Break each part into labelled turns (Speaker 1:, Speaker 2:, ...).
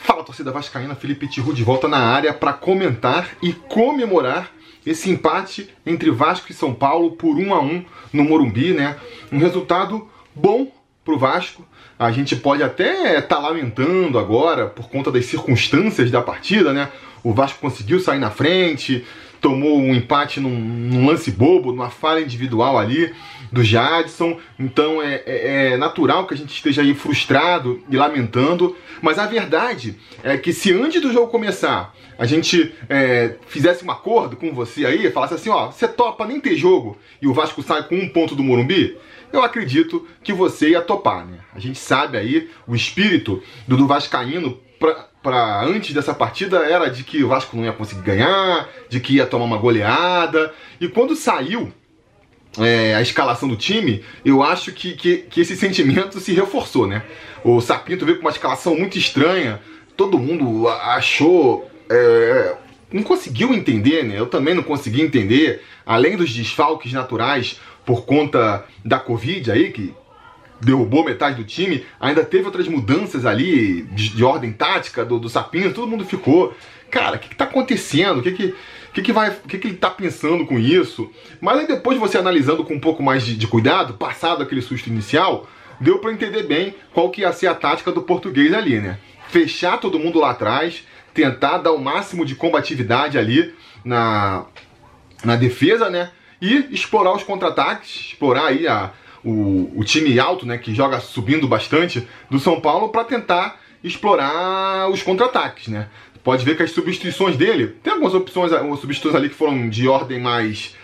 Speaker 1: Fala, torcida vascaína, Felipe Tiru de volta na área para comentar e comemorar esse empate entre Vasco e São Paulo por 1-1 no Morumbi, né? Um resultado bom pro Vasco. A gente pode até estar lamentando agora por conta das circunstâncias da partida, né? O Vasco conseguiu sair na frente, tomou um empate num lance bobo, numa falha individual ali do Jadson. Então é natural que a gente esteja aí frustrado e lamentando. Mas a verdade é que se antes do jogo começar a gente fizesse um acordo com você aí, falasse assim, ó, você topa nem ter jogo e o Vasco sai com 1 ponto do Morumbi, eu acredito que você ia topar, né? A gente sabe aí, o espírito do vascaíno para antes dessa partida era de que o Vasco não ia conseguir ganhar, de que ia tomar uma goleada. E quando saiu a escalação do time, eu acho que esse sentimento se reforçou, né? O Sapinto veio com uma escalação muito estranha, todo mundo achou... não conseguiu entender, né? Eu também não consegui entender, além dos desfalques naturais por conta da Covid aí, que derrubou metade do time, ainda teve outras mudanças ali de ordem tática do Sapinto, todo mundo ficou, cara, o que tá acontecendo? O que ele tá pensando com isso? Mas aí depois você analisando com um pouco mais de cuidado, passado aquele susto inicial, deu pra entender bem qual que ia ser a tática do português ali, né? Fechar todo mundo lá atrás, tentar dar o máximo de combatividade ali na defesa, né? E explorar os contra-ataques, explorar aí o time alto, né, que joga subindo bastante do São Paulo para tentar explorar os contra-ataques, né? Pode ver que as substituições dele, tem algumas substituições ali que foram de ordem mais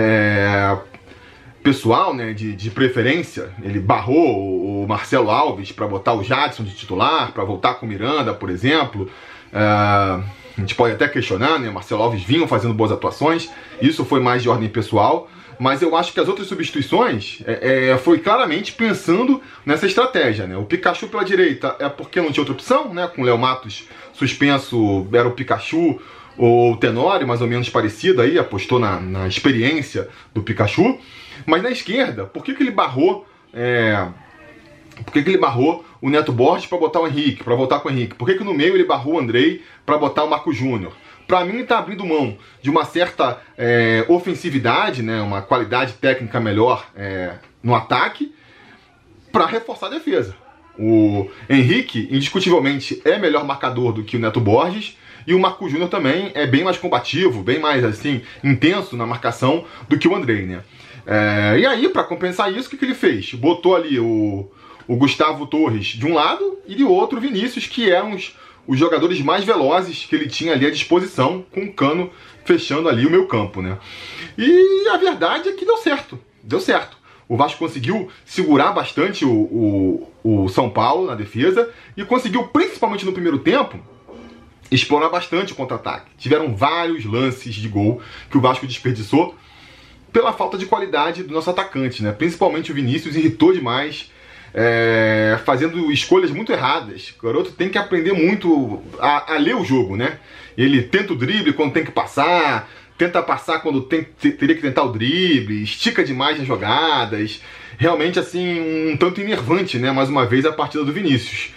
Speaker 1: pessoal, né, de preferência. Ele barrou o Marcelo Alves para botar o Jadson de titular, para voltar com o Miranda, por exemplo. A gente pode até questionar, né? Marcelo Alves vinham fazendo boas atuações, isso foi mais de ordem pessoal, mas eu acho que as outras substituições foi claramente pensando nessa estratégia, né? O Pikachu pela direita é porque não tinha outra opção, né? Com o Léo Matos suspenso, era o Pikachu ou o Tenório, mais ou menos parecido aí, apostou na experiência do Pikachu. Mas na esquerda, por que ele barrou... Por que ele barrou o Neto Borges para botar o Henrique, para voltar com o Henrique? Por que no meio ele barrou o Andrei para botar o Marco Júnior? Para mim, ele está abrindo mão de uma certa ofensividade, né, uma qualidade técnica melhor no ataque, para reforçar a defesa. O Henrique, indiscutivelmente, é melhor marcador do que o Neto Borges, e o Marco Júnior também é bem mais combativo, bem mais assim intenso na marcação do que o Andrei, né? E aí, para compensar isso, o que ele fez? Botou ali o Gustavo Torres de um lado e de outro o Vinícius, que eram os jogadores mais velozes que ele tinha ali à disposição, com o Cano fechando ali o meio campo, né? E a verdade é que deu certo, deu certo. O Vasco conseguiu segurar bastante o São Paulo na defesa e conseguiu, principalmente no primeiro tempo, explorar bastante o contra-ataque. Tiveram vários lances de gol que o Vasco desperdiçou pela falta de qualidade do nosso atacante, né? Principalmente o Vinícius irritou demais, fazendo escolhas muito erradas. O garoto tem que aprender muito a ler o jogo, né? Ele tenta o drible quando tem que passar, tenta passar quando teria que tentar o drible, estica demais as jogadas. Realmente, assim, um tanto enervante, né? Mais uma vez, a partida do Vinícius.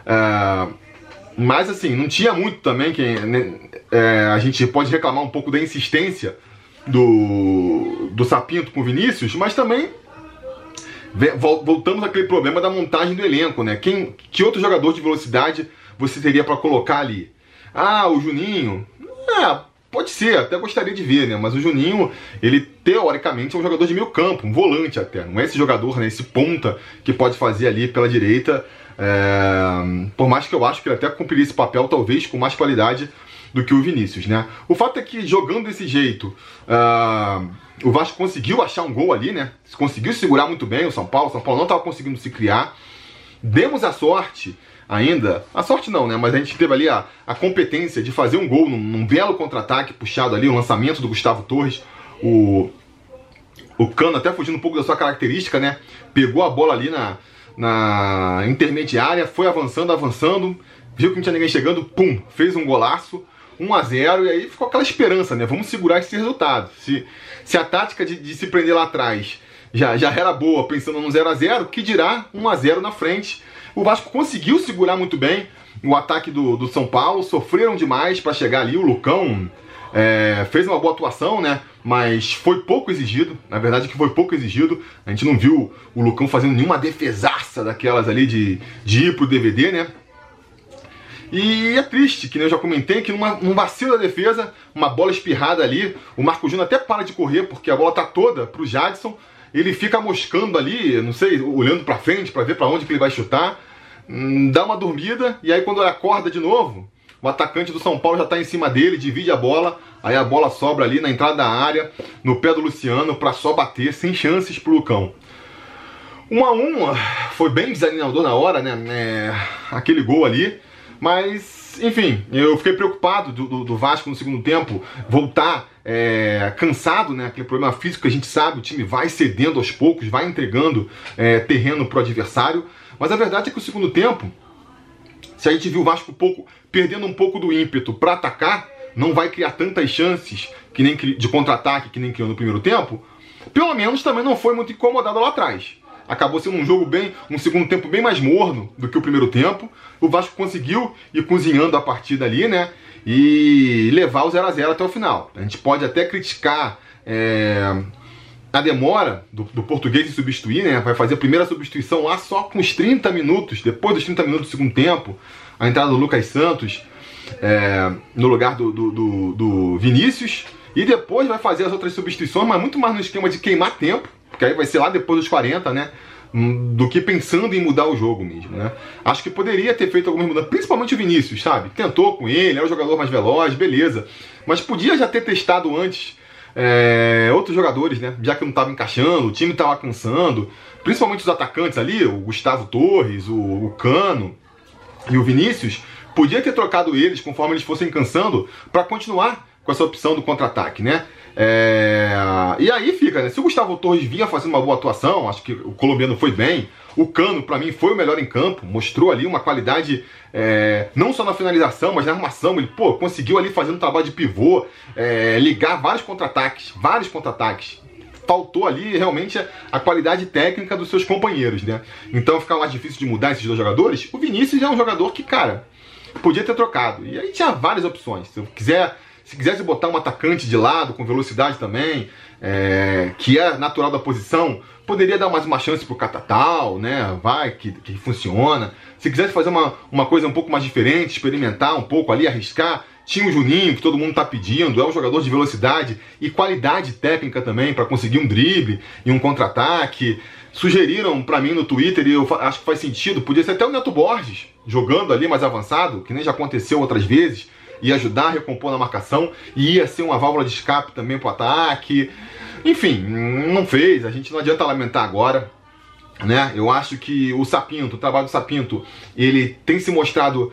Speaker 1: Mas, assim, não tinha muito também a gente pode reclamar um pouco da insistência do Sapinto com o Vinícius, mas também voltamos àquele problema da montagem do elenco, né? Que outro jogador de velocidade você teria para colocar ali? Ah, o Juninho? Pode ser, até gostaria de ver, né? Mas o Juninho, ele teoricamente é um jogador de meio campo, um volante até. Não é esse jogador, né? Esse ponta que pode fazer ali pela direita. Por mais que eu acho que ele até cumpriria esse papel, talvez com mais qualidade do que o Vinícius, né? O fato é que jogando desse jeito, o Vasco conseguiu achar um gol ali, né? Conseguiu segurar muito bem o São Paulo não estava conseguindo se criar. Demos a sorte ainda, a sorte não, né? Mas a gente teve ali a competência de fazer um gol num belo contra-ataque puxado ali, o lançamento do Gustavo Torres, o Cano até fugindo um pouco da sua característica, né? Pegou a bola ali na intermediária, foi avançando, viu que não tinha ninguém chegando, pum, fez um golaço, 1-0, e aí ficou aquela esperança, né? Vamos segurar esse resultado. Se a tática de se prender lá atrás já era boa, pensando no 0-0, que dirá 1-0 na frente. O Vasco conseguiu segurar muito bem o ataque do São Paulo, sofreram demais para chegar ali. O Lucão fez uma boa atuação, né? Mas foi pouco exigido. Na verdade que foi pouco exigido. A gente não viu o Lucão fazendo nenhuma defesaça daquelas ali de ir pro DVD, né? E é triste, que nem eu já comentei, que num vacilo da defesa, uma bola espirrada ali, o Marco Júnior até para de correr, porque a bola tá toda pro Jadson. Ele fica moscando ali, não sei, olhando pra frente pra ver pra onde que ele vai chutar. Dá uma dormida, e aí quando ele acorda de novo, o atacante do São Paulo já tá em cima dele, divide a bola, aí a bola sobra ali na entrada da área, no pé do Luciano, pra só bater, sem chances pro Lucão. 1 a 1, foi bem desanimador na hora, né, aquele gol ali, mas, enfim, eu fiquei preocupado do Vasco no segundo tempo voltar cansado, né, aquele problema físico que a gente sabe, o time vai cedendo aos poucos, vai entregando terreno pro adversário, mas a verdade é que o segundo tempo, se a gente viu o Vasco perdendo um pouco do ímpeto para atacar, não vai criar tantas chances que nem de contra-ataque que nem criou no primeiro tempo, pelo menos também não foi muito incomodado lá atrás. Acabou sendo um segundo tempo bem mais morno do que o primeiro tempo. O Vasco conseguiu ir cozinhando a partida ali, né? E levar o 0 a 0 até o final. A gente pode até criticar a demora do português em substituir, né? Vai fazer a primeira substituição lá só com os 30 minutos, depois dos 30 minutos do segundo tempo. A entrada do Lucas Santos no lugar do Vinícius. E depois vai fazer as outras substituições, mas muito mais no esquema de queimar tempo, porque aí vai ser lá depois dos 40, né? Do que pensando em mudar o jogo mesmo, né? Acho que poderia ter feito algumas mudanças, principalmente o Vinícius, sabe? Tentou com ele, é o jogador mais veloz, beleza. Mas podia já ter testado antes outros jogadores, né? Já que não estava encaixando, o time estava cansando. Principalmente os atacantes ali, o Gustavo Torres, o Cano e o Vinícius. Podia ter trocado eles conforme eles fossem cansando para continuar com essa opção do contra-ataque, né? E aí fica, né? Se o Gustavo Torres vinha fazendo uma boa atuação, acho que o colombiano foi bem. O Cano, pra mim, foi o melhor em campo, mostrou ali uma qualidade, não só na finalização, mas na armação. Ele, conseguiu ali fazer um trabalho de pivô, ligar vários contra-ataques. Faltou ali realmente a qualidade técnica dos seus companheiros, né? Então fica mais difícil de mudar esses dois jogadores. O Vinícius é um jogador que, cara, podia ter trocado. E aí tinha várias opções. Se quisesse botar um atacante de lado, com velocidade também, que é natural da posição, poderia dar mais uma chance pro Catatal, né? Que funciona. Se quisesse fazer uma coisa um pouco mais diferente, experimentar um pouco ali, arriscar, tinha o Juninho, que todo mundo tá pedindo, é um jogador de velocidade e qualidade técnica também, para conseguir um drible e um contra-ataque. Sugeriram pra mim no Twitter, e eu acho que faz sentido, podia ser até o Neto Borges, jogando ali mais avançado, que nem já aconteceu outras vezes, ia ajudar a recompor na marcação, e ia ser uma válvula de escape também pro ataque. Enfim, não fez, a gente não adianta lamentar agora, né? Eu acho que o Sapinto, o trabalho do Sapinto, ele tem se mostrado...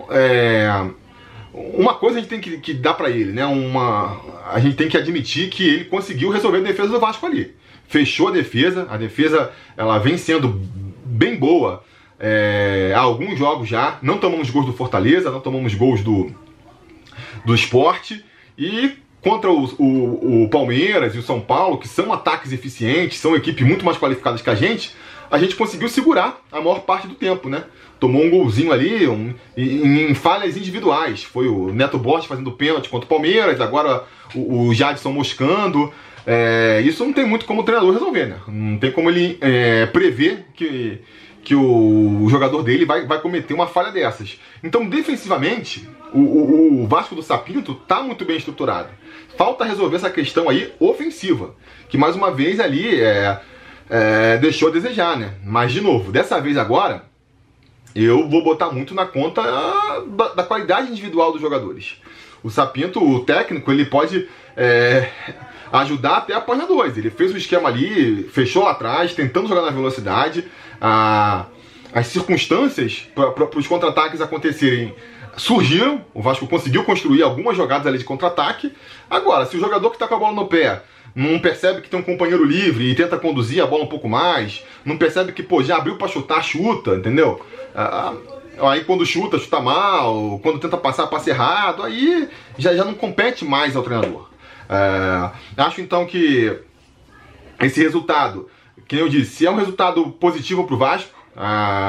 Speaker 1: Uma coisa a gente tem que dar pra ele, né? A gente tem que admitir que ele conseguiu resolver a defesa do Vasco ali. Fechou a defesa ela vem sendo bem boa há alguns jogos já. Não tomamos gols do Fortaleza, não tomamos gols do Sport, e contra o Palmeiras e o São Paulo, que são ataques eficientes, são equipes muito mais qualificadas que a gente conseguiu segurar a maior parte do tempo, né? Tomou um golzinho ali em falhas individuais. Foi o Neto Borges fazendo pênalti contra o Palmeiras, agora o Jadson moscando. Isso não tem muito como o treinador resolver, né? Não tem como ele prever que o jogador dele vai cometer uma falha dessas. Então, defensivamente, o Vasco do Sapinto tá muito bem estruturado. Falta resolver essa questão aí ofensiva, que mais uma vez ali deixou a desejar, né? Mas, de novo, dessa vez agora, eu vou botar muito na conta da qualidade individual dos jogadores. O Sapinto, o técnico, ele pode ajudar até a página 2. Ele fez o esquema ali, fechou lá atrás, tentando jogar na velocidade. As circunstâncias para os contra-ataques acontecerem surgiram. O Vasco conseguiu construir algumas jogadas ali de contra-ataque. Agora, se o jogador que está com a bola no pé não percebe que tem um companheiro livre e tenta conduzir a bola um pouco mais, não percebe que já abriu para chutar, chuta, entendeu? Aí quando chuta mal, quando tenta passar, passa errado, aí já não compete mais ao treinador. Acho então que esse resultado, que eu disse, é um resultado positivo para o Vasco,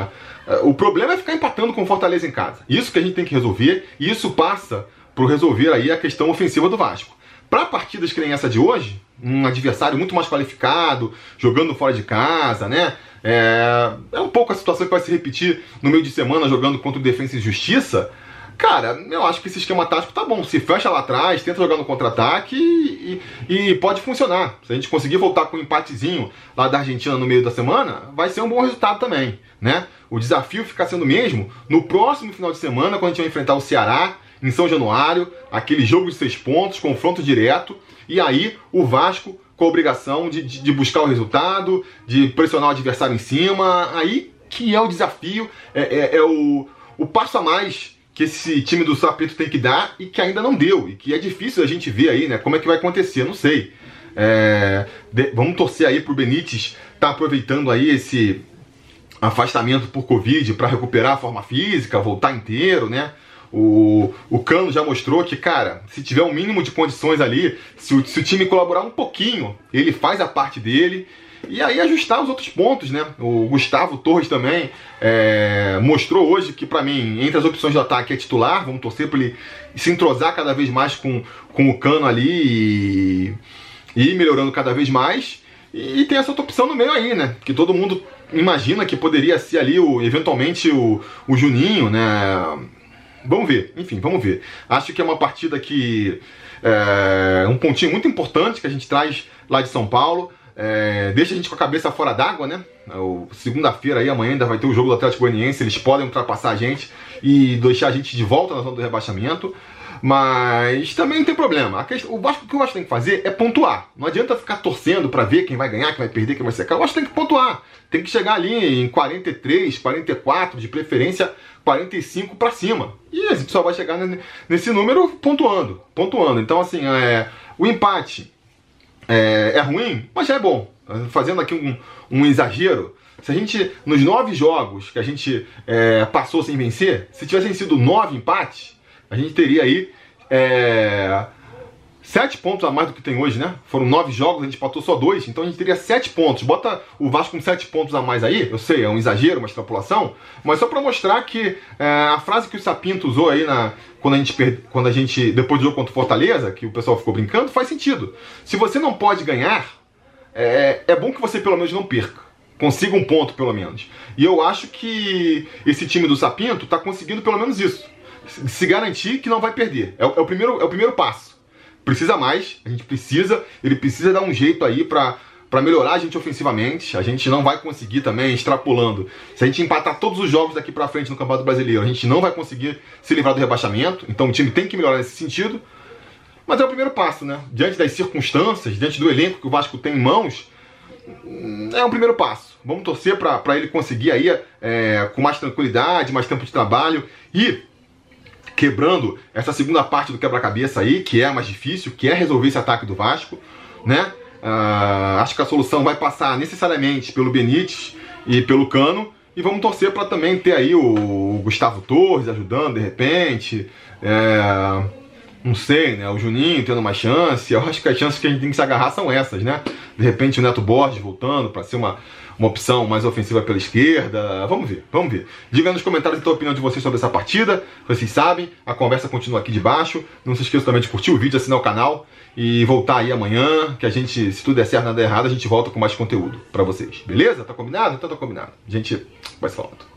Speaker 1: O problema é ficar empatando com o Fortaleza em casa. Isso que a gente tem que resolver, e isso passa por resolver aí a questão ofensiva do Vasco. Para partidas que nem essa de hoje, um adversário muito mais qualificado, jogando fora de casa, né? É um pouco a situação que vai se repetir no meio de semana jogando contra o Defensa e Justiça. Cara, eu acho que esse esquema tático tá bom. Se fecha lá atrás, tenta jogar no contra-ataque e pode funcionar. Se a gente conseguir voltar com um empatezinho lá da Argentina no meio da semana, vai ser um bom resultado também, né? O desafio fica sendo o mesmo no próximo final de semana, quando a gente vai enfrentar o Ceará em São Januário, aquele jogo de 6 pontos, confronto direto, e aí o Vasco com a obrigação de buscar o resultado, de pressionar o adversário em cima, aí que é o desafio, o passo a mais que esse time do Sapinto tem que dar e que ainda não deu, e que é difícil a gente ver aí, né, como é que vai acontecer, não sei. Vamos torcer aí pro Benítez tá aproveitando aí esse afastamento por Covid para recuperar a forma física, voltar inteiro, né? O Cano já mostrou que, cara, se tiver um mínimo de condições ali, se o time colaborar um pouquinho, ele faz a parte dele, e aí ajustar os outros pontos, né? O Gustavo Torres também mostrou hoje que, pra mim, entre as opções de ataque é titular. Vamos torcer para ele se entrosar cada vez mais com o Cano ali e ir melhorando cada vez mais. E tem essa outra opção no meio aí, né? Que todo mundo imagina que poderia ser ali, eventualmente, o Juninho, né? Vamos ver, enfim, vamos ver. Acho que é uma partida que um pontinho muito importante que a gente traz lá de São Paulo. Deixa a gente com a cabeça fora d'água, né? Segunda-feira aí, amanhã ainda vai ter o jogo do Atlético Goianiense. Eles podem ultrapassar a gente e deixar a gente de volta na zona do rebaixamento. Mas também não tem problema. O que o Vasco tem que fazer é pontuar. Não adianta ficar torcendo para ver quem vai ganhar, quem vai perder, quem vai secar. O Vasco tem que pontuar. Tem que chegar ali em 43, 44, de preferência 45 para cima. E a gente só vai chegar nesse número pontuando. Então, assim, o empate é ruim, mas já é bom. Fazendo aqui um exagero, se a gente, nos 9 jogos que a gente passou sem vencer, se tivessem sido 9 empates, a gente teria aí 7 pontos a mais do que tem hoje, né? Foram 9 jogos, a gente empatou só 2, então a gente teria 7 pontos. Bota o Vasco com 7 pontos a mais aí, eu sei, é um exagero, uma extrapolação, mas só pra mostrar que a frase que o Sapinto usou aí quando a gente, depois do jogo contra o Fortaleza, que o pessoal ficou brincando, faz sentido. Se você não pode ganhar, é bom que você pelo menos não perca. Consiga um ponto, pelo menos. E eu acho que esse time do Sapinto tá conseguindo pelo menos isso. Se garantir que não vai perder. É o primeiro passo. Precisa mais, ele precisa dar um jeito aí pra melhorar a gente ofensivamente. A gente não vai conseguir também, extrapolando. Se a gente empatar todos os jogos daqui pra frente no Campeonato Brasileiro, a gente não vai conseguir se livrar do rebaixamento. Então o time tem que melhorar nesse sentido. Mas é o primeiro passo, né? Diante das circunstâncias, diante do elenco que o Vasco tem em mãos, é o primeiro passo. Vamos torcer pra ele conseguir aí com mais tranquilidade, mais tempo de trabalho e quebrando essa segunda parte do quebra-cabeça aí, que é a mais difícil, que é resolver esse ataque do Vasco, né? Acho que a solução vai passar necessariamente pelo Benítez e pelo Cano, e vamos torcer para também ter aí o Gustavo Torres ajudando de repente, não sei, né? O Juninho tendo uma chance. Eu acho que as chances que a gente tem que se agarrar são essas, né? De repente o Neto Borges voltando para ser uma opção mais ofensiva pela esquerda. Vamos ver. Diga nos comentários a opinião de vocês sobre essa partida. Vocês sabem, a conversa continua aqui de baixo. Não se esqueça também de curtir o vídeo, assinar o canal e voltar aí amanhã, que a gente, se tudo der certo, nada errado, a gente volta com mais conteúdo pra vocês. Beleza? Tá combinado? Então tá combinado. A gente vai se falando.